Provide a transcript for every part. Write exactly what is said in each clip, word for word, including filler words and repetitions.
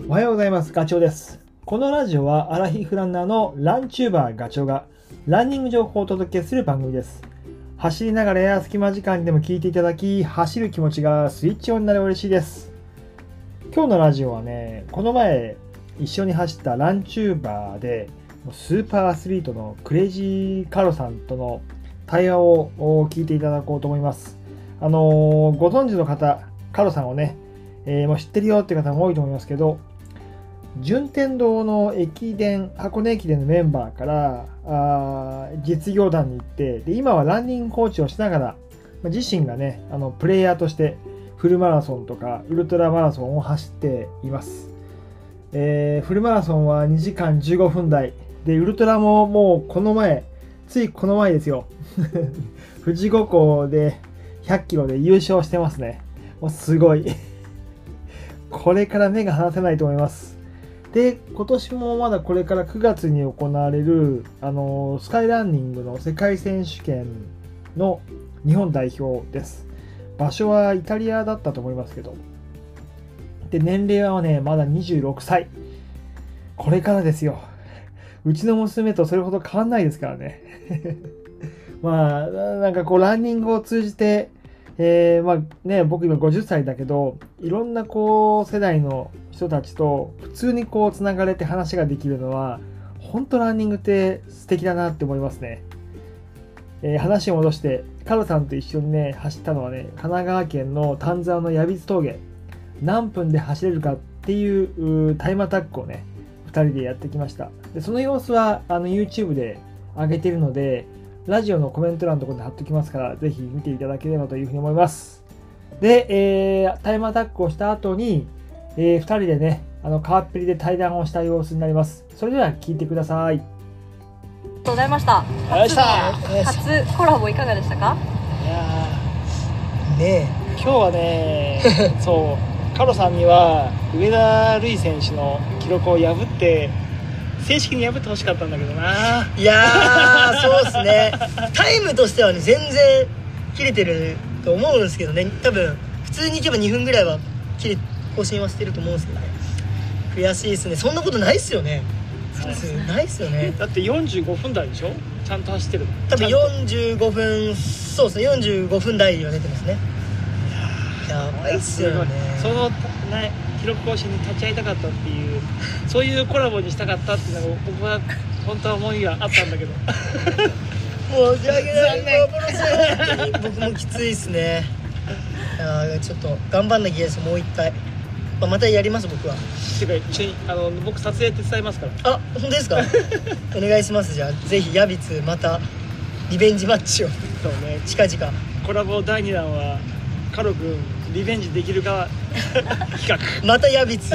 おはようございます。ガチョウです。このラジオはアラヒフランナーのランチューバーガチョウがランニング情報をお届けする番組です。走りながらや隙間時間にでも聞いていただき、走る気持ちがスイッチオンになれば嬉しいです。今日のラジオはね、この前一緒に走ったランチューバーでスーパーアスリートのクレイジーカロさんとの対話を聞いていただこうと思います。あのー、ご存知の方、カロさんをね、えー、もう知ってるよっていう方も多いと思いますけど、順天堂の駅伝、箱根駅伝のメンバーからあ実業団に行って、で今はランニングコーチをしながら、まあ、自身がね、あのプレイヤーとしてフルマラソンとかウルトラマラソンを走っています。えー、フルマラソンはにじかんじゅうごふん台で、ウルトラももうこの前、ついこの前ですよ。富士五湖でひゃっキロで優勝してますね。もうすごい。これから目が離せないと思います。で、今年もまだこれからくがつに行われる、あのスカイランニングの世界選手権の日本代表です。場所はイタリアだったと思いますけど。で、年齢はね、まだにじゅうろくさい。これからですよ。うちの娘とそれほど変わんないですからね。まあ、なんかこう、ランニングを通じて、えー、まあね、僕今ごじゅっさいだけど、いろんなこう世代の人たちと普通にこうつながれて話ができるのは、本当ランニングって素敵だなって思いますね。えー、話を戻して、カロさんと一緒にね、走ったのはね、神奈川県の丹沢の矢櫃峠。何分で走れるかっていうタイムアタックをね、ふたりでやってきました。でその様子はあの YouTube で上げているので、ラジオのコメント欄のところで貼っておきますから、ぜひ見ていただければというふうに思います。で、えー、タイムアタックをした後に、えー、ふたりでね、あの川っぺりで対談をした様子になります。それでは聞いてください。ありがとうございました。初の初コラボいかがでしたか？ いやーねえ、今日はね、そう、カロさんには上田瑠衣選手の記録を破って正式に破ってほしかったんだけどな。 いやーそうですね。タイムとしてはね、全然切れてると思うんですけどね。多分普通に行けばにふんぐらいは切れ更新はしてると思うんですけどね。悔しいですね。そんなことないっすよね。普通ないっすよね。 だってよんじゅうごふん台でしょ、ちゃんと走ってる。 多分よんじゅうごふん、そうですね、よんじゅうごふん台は出てますね。やばいっすよね。 そのね、記録更新に立ち会いたかったっていう、そういうコラボにしたかったっていうのが僕は本当は思いがあったんだけど。 申し訳ない。僕もきついっすね。いやちょっと頑張んなきゃいけないです。もう一回、まあ、またやります僕は。 てか一緒にあの僕撮影手伝いますから。 あ、本当ですか？お願いします。じゃあぜひヤビツまたリベンジマッチを。 そうね、 近々 コラボだいにだんはカロ君リベンジできるか企画。 またヤビツ。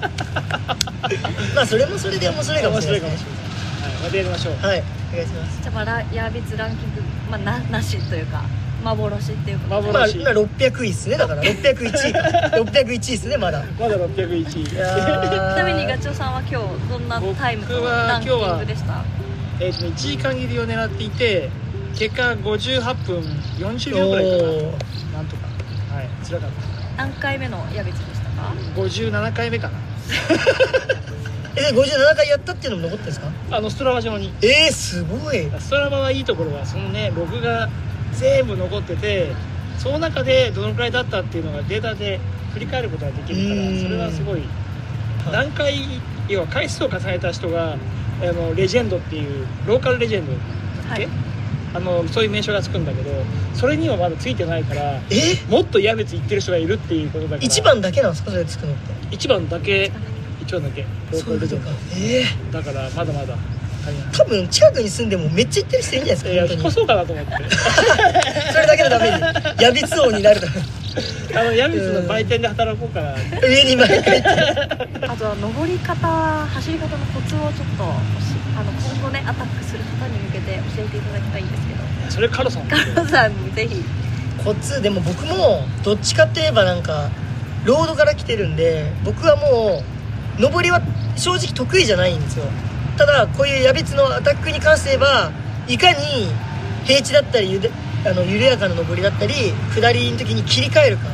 まあそれもそれで面白いかもしれないですね。 はい、またやりましょう。 はい、お願いします。 じゃあラヤービツランキング、まあ、な, なしというか幻っていうか、 幻、 まあ、ろっぴゃくいっすね。だからろっぴゃくいちいか。ろっぴゃくいちいっすね。まだまだろっぴゃくいちい。ちなみにガチョウさんは今日どんなタイムとランキングでした？ えーとね、いちじかん切りを狙っていて、結果ごじゅうはっぷんよんじゅうびょうぐらいかな。なんとか、はい、辛かった。 何回目のヤビツでしたか？ ごじゅうななかいめかな。 え、ごじゅうななかいやったっていうのも残ってるんですか？ あのストラバ上に。 えー、すごい。 ストラバはいいところはそのね、ログが全部残ってて、その中でどのくらいだったっていうのがデータで振り返ることができるから、それはすごい。何回、要は回数を重ねた人があのレジェンドっていうローカルレジェンドだっけ、はい、あのそういう名称がつくんだけど、それにはまだついてないから、 えもっと矢別行ってる人がいるっていうことだから。 いちばんだけなんですか、それつくのって？ いちばんだけ、いちばんだけローカルレジェンド。 えー、 だからまだまだ多分近くに住んでもめっちゃ行ってる人いるんじゃないですか。 いや、引っ越そうかなと思って。 それだけのためにヤビツ王になると。 あのヤビツの売店で働こうかな。 上に毎回行って。 あとは登り方、走り方のコツをちょっとあの今後ねアタックする方に向けて教えていただきたいんですけど。 それカロさん。 カロさんにぜひ。 コツでも僕もどっちかといえばなんかロードから来てるんで、僕はもう登りは正直得意じゃないんですよ。ただこういうヤビツのアタックに関して言えば、いかに平地だったりゆであの緩やかな登りだったり下りの時に切り替えるかっ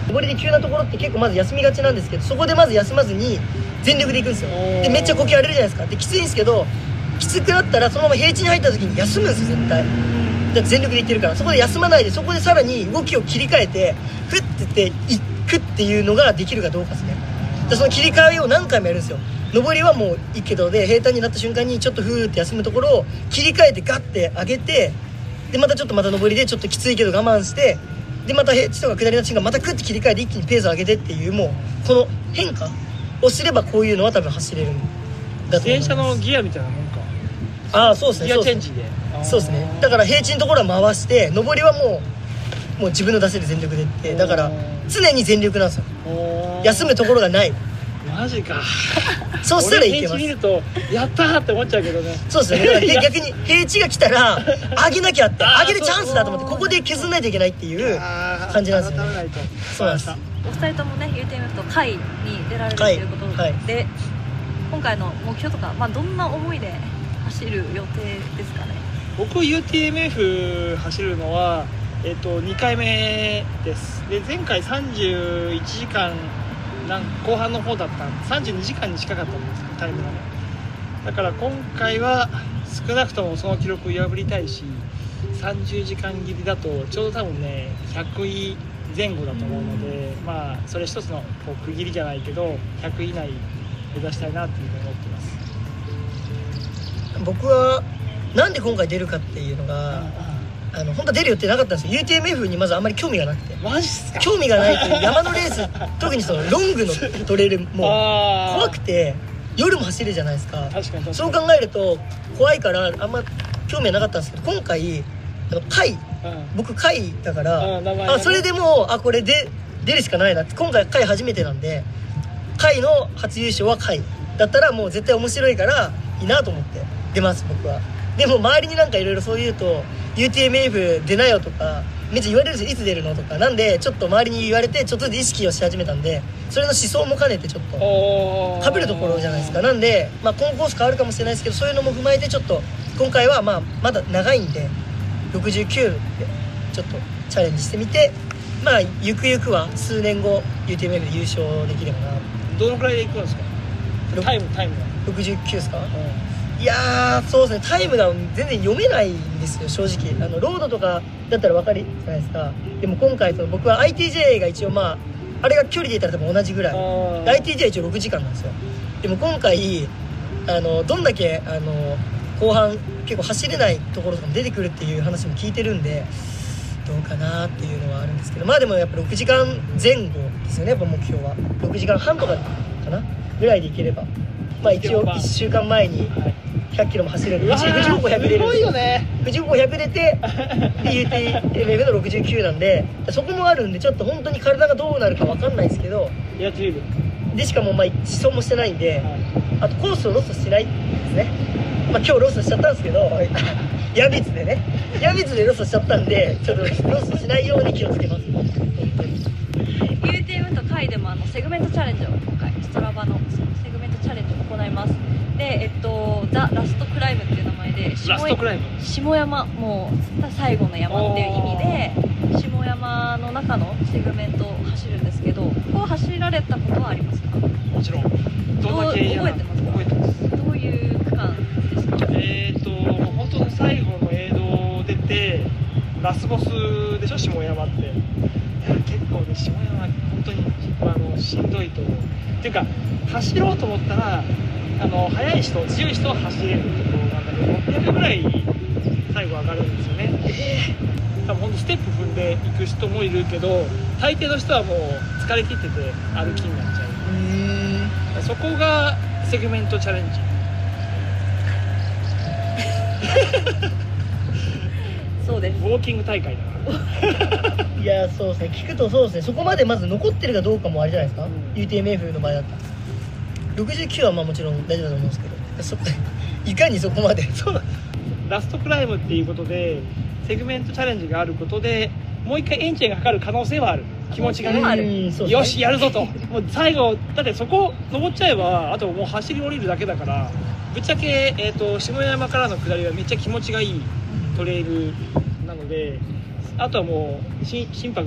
上りで急なところって結構まず休みがちなんですけど、そこでまず休まずに全力で行くんですよ。でめっちゃ呼吸荒れるじゃないですか。できついんですけど、きつくなったらそのまま平地に入った時に休むんですよ絶対。だって全力で行ってるから、そこで休まないで、そこでさらに動きを切り替えてフッてって行くっていうのができるかどうかですね。でその切り替えを何回もやるんですよ。上りはもういいけど、で平坦になった瞬間にちょっとフーって休むところを切り替えてガッて上げて、でまたちょっとまた上りでちょっときついけど我慢して、でまた平地とか下りの瞬間またクッて切り替えて一気にペースを上げてっていう、もうこの変化をすればこういうのは多分走れるんだと思います。 自転車のギアみたいなもんか。 ああそうですね。 ギアチェンジで。 そうですね。だから平地のところは回して、上りはもうもう自分の出せる全力でって、だから常に全力なんですよ。休むところがない。 マジか。 そうしたらいけます。 俺平地見るとやったーって思っちゃうけどね。 そうですね。だから逆に平地が来たら上げなきゃって、上げるチャンスだと思ってここで削んないといけないっていう感じなんですよね。そうなんです。 お二人ともね ユーティーエムエフ と会に出られるということで、はいはい、今回の目標とか、まあ、どんな思いで走る予定ですかね。 僕 ユーティーエムエフ 走るのは、えー、とにかいめです。で前回さんじゅういちじかんなん後半の方だったんでさんじゅうにじかんに近かったんですタイムがね。だから今回は少なくともその記録を破りたいし、さんじゅうじかん切りだとちょうど多分ねひゃくいぜん後だと思うので、まあそれ一つのこう区切りじゃないけどひゃくい以内目指したいなっていうふうに思ってます。 僕はなんで今回出るかっていうのが、あの本当は出る予定なかったんですよ。 ユーティーエムエフ にまずあんまり興味がなくて。 マジっすか。 興味がないという山のレース特にそのロングのトレイルも怖くて、夜も走るじゃないですか。 確かに確かに。 そう考えると怖いからあんま興味はなかったんですけど、今回あの会、うん、僕会だから、うんね、あそれでもうあこれで出るしかないなって。今回会初めてなんで、会の初優勝は会だったらもう絶対面白いからいいなと思って出ます僕は。でも周りになんかいろいろそう言うと ユーティーエムエフ 出なよとかめっちゃ言われるんですよ。いつ出るのとか。なんでちょっと周りに言われてちょっとずつ意識をし始めたんで、それの思想も兼ねてちょっと被るところじゃないですか。なんで、まあ、今コース変わるかもしれないですけど、そういうのも踏まえてちょっと今回はまあまだ長いんでろくじゅうきゅうでちょっとチャレンジしてみて、まあゆくゆくは数年後 ユーティーエムエフ で優勝できればな。 どのくらいでいくんですかタイムタイムは。 ろくじゅうきゅうですか、うん、いやーそうですね。タイムが全然読めないんですよ正直。あのロードとかだったら分かるじゃないですか。でも今回その僕は アイティージェー が一応まああれが距離で言ったら多分同じぐらい、 アイティージェー は一応ろくじかんなんですよ。でも今回あのどんだけあの後半結構走れないところとかも出てくるっていう話も聞いてるんで、どうかなっていうのはあるんですけど、まあでもやっぱろくじかんぜん後ですよね。やっぱ目標はろくじかんはんとかかなぐらいでいければ、まあ一応いっしゅうかんまえにひゃっキロも走れる。富士五湖ひゃく出るんですよ。富士五湖ひゃく出てで ユーティーエムエフ のろくじゅうきゅうなんで、そこもあるんでちょっと本当に体がどうなるか分かんないですけど、 やってみる。 でしかもまあ思想もしてないんで、あとコースをロストしないですね。まあ今日ロストしちゃったんですけどヤビツでねヤビツでロストしちゃったんで、ちょっとロストしないように気をつけます本当に。 ユーティーエムエフ と会でもあのセグメントチャレンジを今回ストラバのセグメントチャレンジを行います。でえっとザ・ラストクライムっていう名前でラストクライム下山、もう最後の山っていう意味で下山の中のセグメントを走るんですけど、ここを走られたことはありますか？ もちろん。どんな経緯覚えてますか？ 覚えてます。 どういう区間ですか？ えーと本当の最後の映像出てラスボスでしょ下山って。いや結構ね下山本当にあのしんどいと思う。っていうか走ろうと思ったらあの速い人強い人は走れるけど、なんだけどろっぴゃくぐらい最後上がるんですよね。えー、多分ほんとステップ踏んでいく人もいるけど、大抵の人はもう疲れ切ってて歩きになっちゃう。うーん、そこがセグメントチャレンジそうです。 ウォーキング大会だからいやそうですね。聞くとそうですね。そこまでまず残ってるかどうかもあれじゃないですか、うん、ユーティーエムエフ の場合だったらろくじゅうきゅうはまあもちろん大丈夫だと思うんですけど、そいかにそこまでそうなんラストクライムっていうことでセグメントチャレンジがあることでもう一回エンジンがかかる可能性はある。気持ちがね、うん、よしやるぞともう最後だってそこ登っちゃえばあともう走り降りるだけだから、ぶっちゃけ、えー、と下山からの下りはめっちゃ気持ちがいいトレイルなので、あとはもう心拍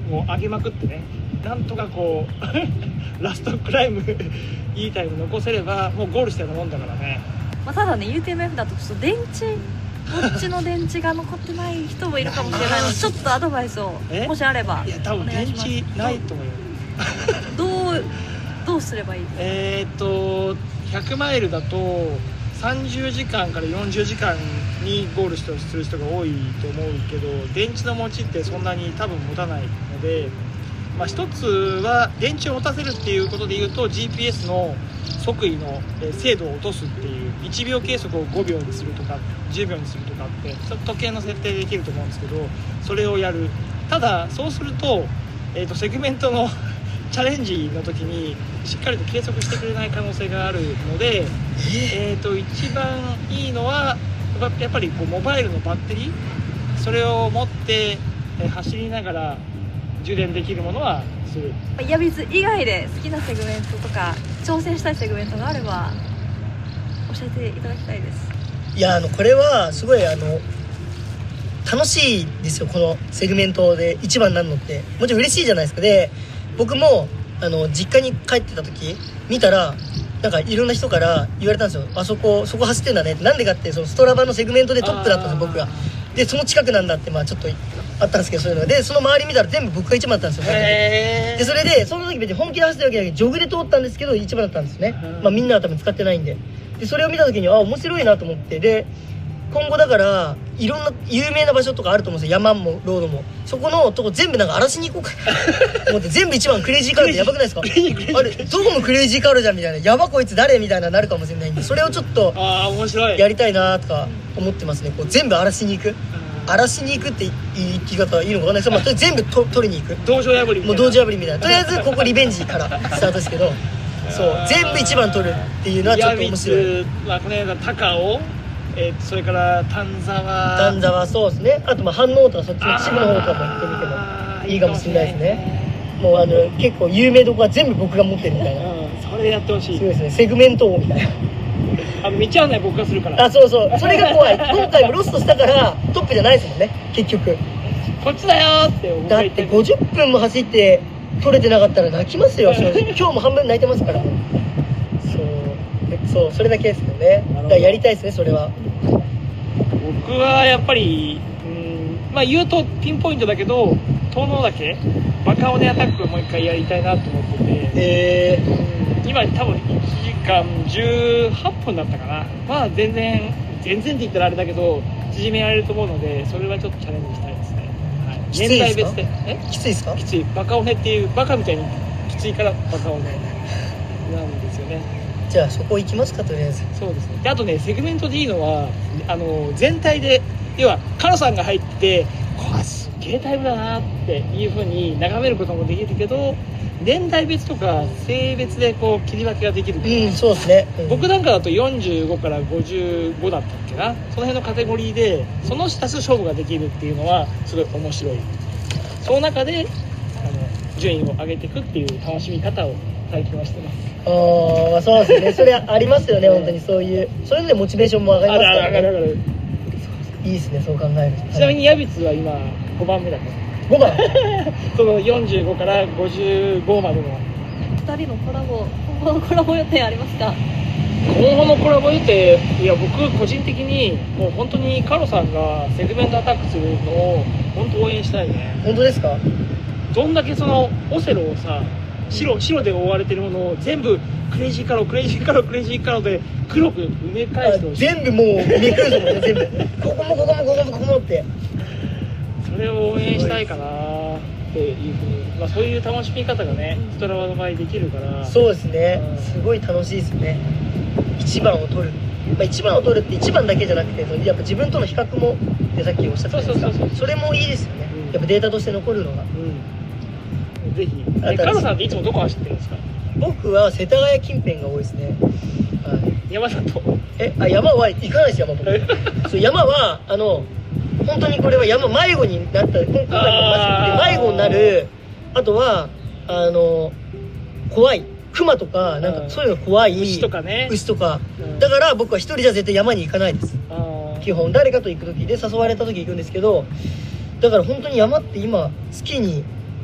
もう上げまくってね、なんとかこうラストクライムいいタイム残せればもうゴールしたようなもんだからね。 まあ、ただね ユーティーエムエフ だとちょっと電池こっちの電池が残ってない人もいるかもしれないのでちょっとアドバイスをもしあればいや多分電池ないと思うよ。 どうどうすればいいですか？ えーっとひゃくマイルだとさんじゅうじかんからよんじゅうじかんにゴールする人が多いと思うけど、電池の持ちってそんなに多分持たないので、まあ、一つは電池を持たせるっていうことでいうと ジーピーエス の測位の精度を落とすっていういちびょう計測をごびょうにするとかじゅうびょうにするとかって時計の設定できると思うんですけど、それをやる。ただそうすると、えーとセグメントのチャレンジの時にしっかりと計測してくれない可能性があるので、えーと一番いいのはやっぱりこうモバイルのバッテリー、それを持って走りながら充電できるものはする。 ヤビズ以外で好きなセグメントとか挑戦したいセグメントがあれば教えていただきたいです。 いやあのこれはすごいあの楽しいですよ。このセグメントで一番になるのってもちろん嬉しいじゃないですか。で僕もあの実家に帰ってた時見たらなんかいろんな人から言われたんですよ。あそこそこ走ってんだねって。なんでかってそのストラバのセグメントでトップだったんですよ僕が。でその近くなんだってまあちょっとあったんですけど、そういうのでその周り見たら全部僕が一番だったんですよ。でそれでその時別に本気で走ってるわけじゃなくてジョグで通ったんですけど一番だったんですね。まあみんなは多分使ってないんで。でそれを見た時にあ面白いなと思って、で今後だからいろんな有名な場所とかあると思うんですよ。山もロードもそこのとこ全部なんか荒らしに行こうかと思って全部一番クレイジーカールでやばくないですか？あれどこもクレイジーカールじゃんみたいな、やばこいつ誰みたいななるかもしれないんで、それをちょっとあ面白いやりたいなとか思ってますね。こう全部荒らしに行く、荒らしに行くって言い方はいいのかわかんないですけど、まあ、全部と取りに行く道場破りみたいな、 もう道場破りみたいな。とりあえずここリベンジからスタートですけどそう全部一番取るっていうのはちょっと面白い。 まあ、この間高尾、えー、それから丹沢丹沢そうですね。あとまあ反応とかそっちの秩父の方とかも行ってみてもいいかもしれないですね。もうあの結構有名どこは全部僕が持ってるみたいな、 うん、それやってほしい。 そうですね、セグメント王みたいなあの道案内僕がするから。 あそうそうそれが怖い今回もロストしたからトップじゃないですもんね結局。 こっちだよって僕だっが言っててごじゅっぷんも走って取れてなかったら泣きますよ正直今日も半分泣いてますからそうそうそれだけですけどね。だからやりたいですねそれは。 僕はやっぱりうんまあ言うとピンポイントだけど遠野だけバカオネアタックをもう一回やりたいなと思ってて、 へえ今多分いちじかんじゅうはっぷんだったかな。まあ全然全然って言ったらあれだけど縮められると思うので、それはちょっとチャレンジしたいですね、はい、 きついですか？ 年代別でえきついですか？ きつい。バカオネっていうバカみたいにきついからバカオネなんですよね。 じゃあそこ行きますかとりあえず。 そうですね。であとねセグメントでいいのはあの全体で要はカラさんが入ってこれすげえタイムだなっていう風に眺めることもできるけど、年代別とか性別でこう切り分けができる。 うんそうですね、うん、 僕なんかだとよんじゅうごからごじゅうごだったっけな、その辺のカテゴリーでその下で勝負ができるっていうのはすごい面白い。その中であの順位を上げていくっていう楽しみ方を最近はしてます。 ああそうですねそれありますよね本当にそういうそういうのでモチベーションも上がりますからね。 あるあるあるある。 いいですねそう考えると。 ちなみにヤビツは今ごばんめだからごばんそのよんじゅうごからごじゅうごまでのふたりのコラボ今後のコラボ予定ありますか？ 今後のコラボ予定、いや僕個人的にもう本当にカロさんがセグメントアタックするのを本当応援したいね。 本当ですか？ どんだけそのオセロをさ白白で覆われてるものを全部クレイジーカロークレイジーカロークレイジーカローで黒く埋め返してほしい。 全部もうめくるぞもんね全部ここもここもここもここもってそれを応援したいかなっていうふうに、まあ、そういう楽しみ方がねストラバの場合できるから。 そうですね、 うん、 すごい楽しいですね。一番を取る、まあ、一番を取るって一番だけじゃなくてやっぱ自分との比較もってさっきおっしゃったじゃないですか。 そうそうそうそうそれもいいですよね、うん、やっぱデータとして残るのが、 うん、ぜひ。えカロさんっていつもどこ走ってるんですか？ 僕は世田谷近辺が多いですね、はい、 山だとえあ山は行かないです山僕そう山はあの本当にこれは山迷子になった今回もマジで迷子になる。あとはあの怖いクマとかなんかそういうの怖い牛とかね牛とか、 うん、 だから僕は一人じゃ絶対山に行かないです。基本誰かと行く時で誘われた時行くんですけど、だから本当に山って今月に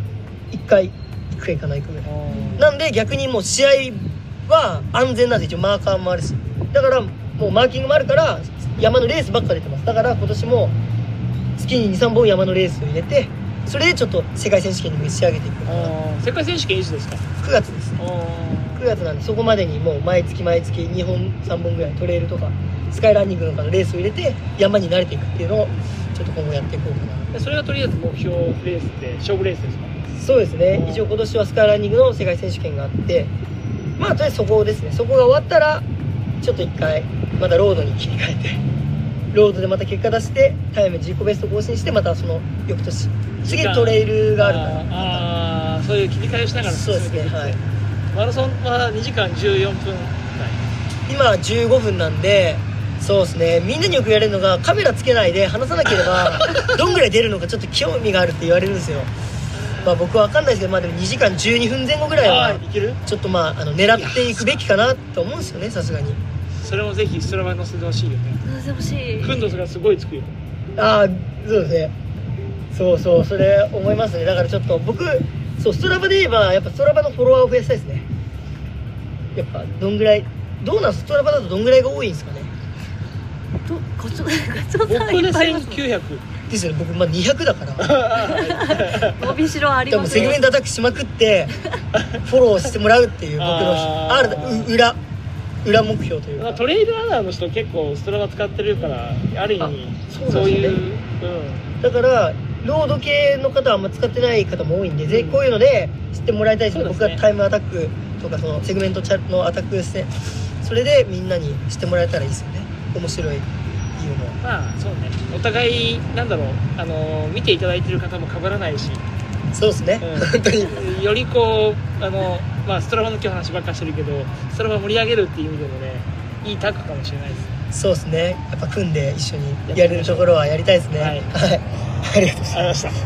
いっかい行くか行かないかぐらいなんで、逆にもう試合は安全なんで、一応マーカーもあるし、だからもうマーキングもあるから山のレースばっか出てます。だから今年も月ににさんぼん山のレースを入れて、それでちょっと世界選手権にも仕上げていく。 世界選手権いつですか？ くがつです。くがつなんで、そこまでにもう毎月毎月にほんさんぼんぐらいトレイルとかスカイランニングとかのレースを入れて山に慣れていくっていうのをちょっと今後やっていこうかな。 それがとりあえず目標レースって勝負レースですか？ そうですね。一応今年はスカイランニングの世界選手権があって、まあとりあえずそこですね。そこが終わったらちょっと一回またロードに切り替えて、ロードでまた結果出してタイム自己ベスト更新して、またその翌年次トレイルがあるから、 ああそういう切り替えをしながらそうですね。はい。 マラソンはにじかんじゅうよんぷん台、 今じゅうごふんなんで、そうですね。みんなによく言われるのが、カメラつけないで話さなければどんぐらい出るのかちょっと興味があるって言われるんですよ。まあ僕は分かんないですけど、まあでもにじかんじゅうにふんぜん後ぐらいはちょっとまああの狙っていくべきかなと思うんですよね、さすがに。 それもぜひストラバに載せてほしいよね。 載せてほしい。 フンドスがすごいつくよ。 ああそうですね。そうそう、それ思いますね。だからちょっと僕、そうストラバで言えばやっぱストラバのフォロワーを増やしたいですね。やっぱどんぐらい、どうなんストラバだとどんぐらいが多いんですかね。 とガチョガチョさん僕でいっぱいいますせんきゅうひゃくですよね。僕まあにひゃくだから伸びしろありでもますセグメントアタックしまくってフォローしてもらうっていう僕のあーある裏裏目標というか。 トレイルランナーの人結構ストラバ使ってるからある意味あそうそうなんですよねいう、うん、 だからロード系の方はあんま使ってない方も多いんで、ぜこういうので知ってもらいたいですね。 そうですね僕がタイムアタックとかそのセグメントチャのアタックですね。それでみんなに知ってもらえたらいいですよね。面白いいうの。 まあそうね、お互いなんだろう、あの見ていただいてる方も被らないし、 そうですね、 うん、 本当によりこうあの、まあ、ストラバの今日話ばっかりしてるけど、ストラバ盛り上げるっていう意味でもね、いいタッグかもしれないです。 そうですね。やっぱ組んで一緒にやれるところはやりたいですね。 はい、 はい、ありがとうございました。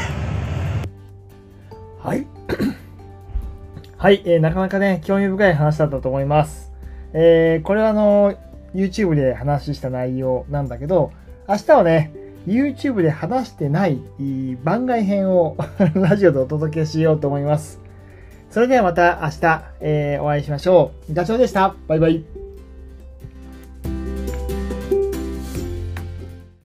はいはい、えー、なかなかね興味深い話だったと思います。えー、これはあの YouTube で話した内容なんだけど、明日はね YouTube で話してない番外編をラジオでお届けしようと思います。それではまた明日、えー、お会いしましょう。ガチョウでした。バイバイ。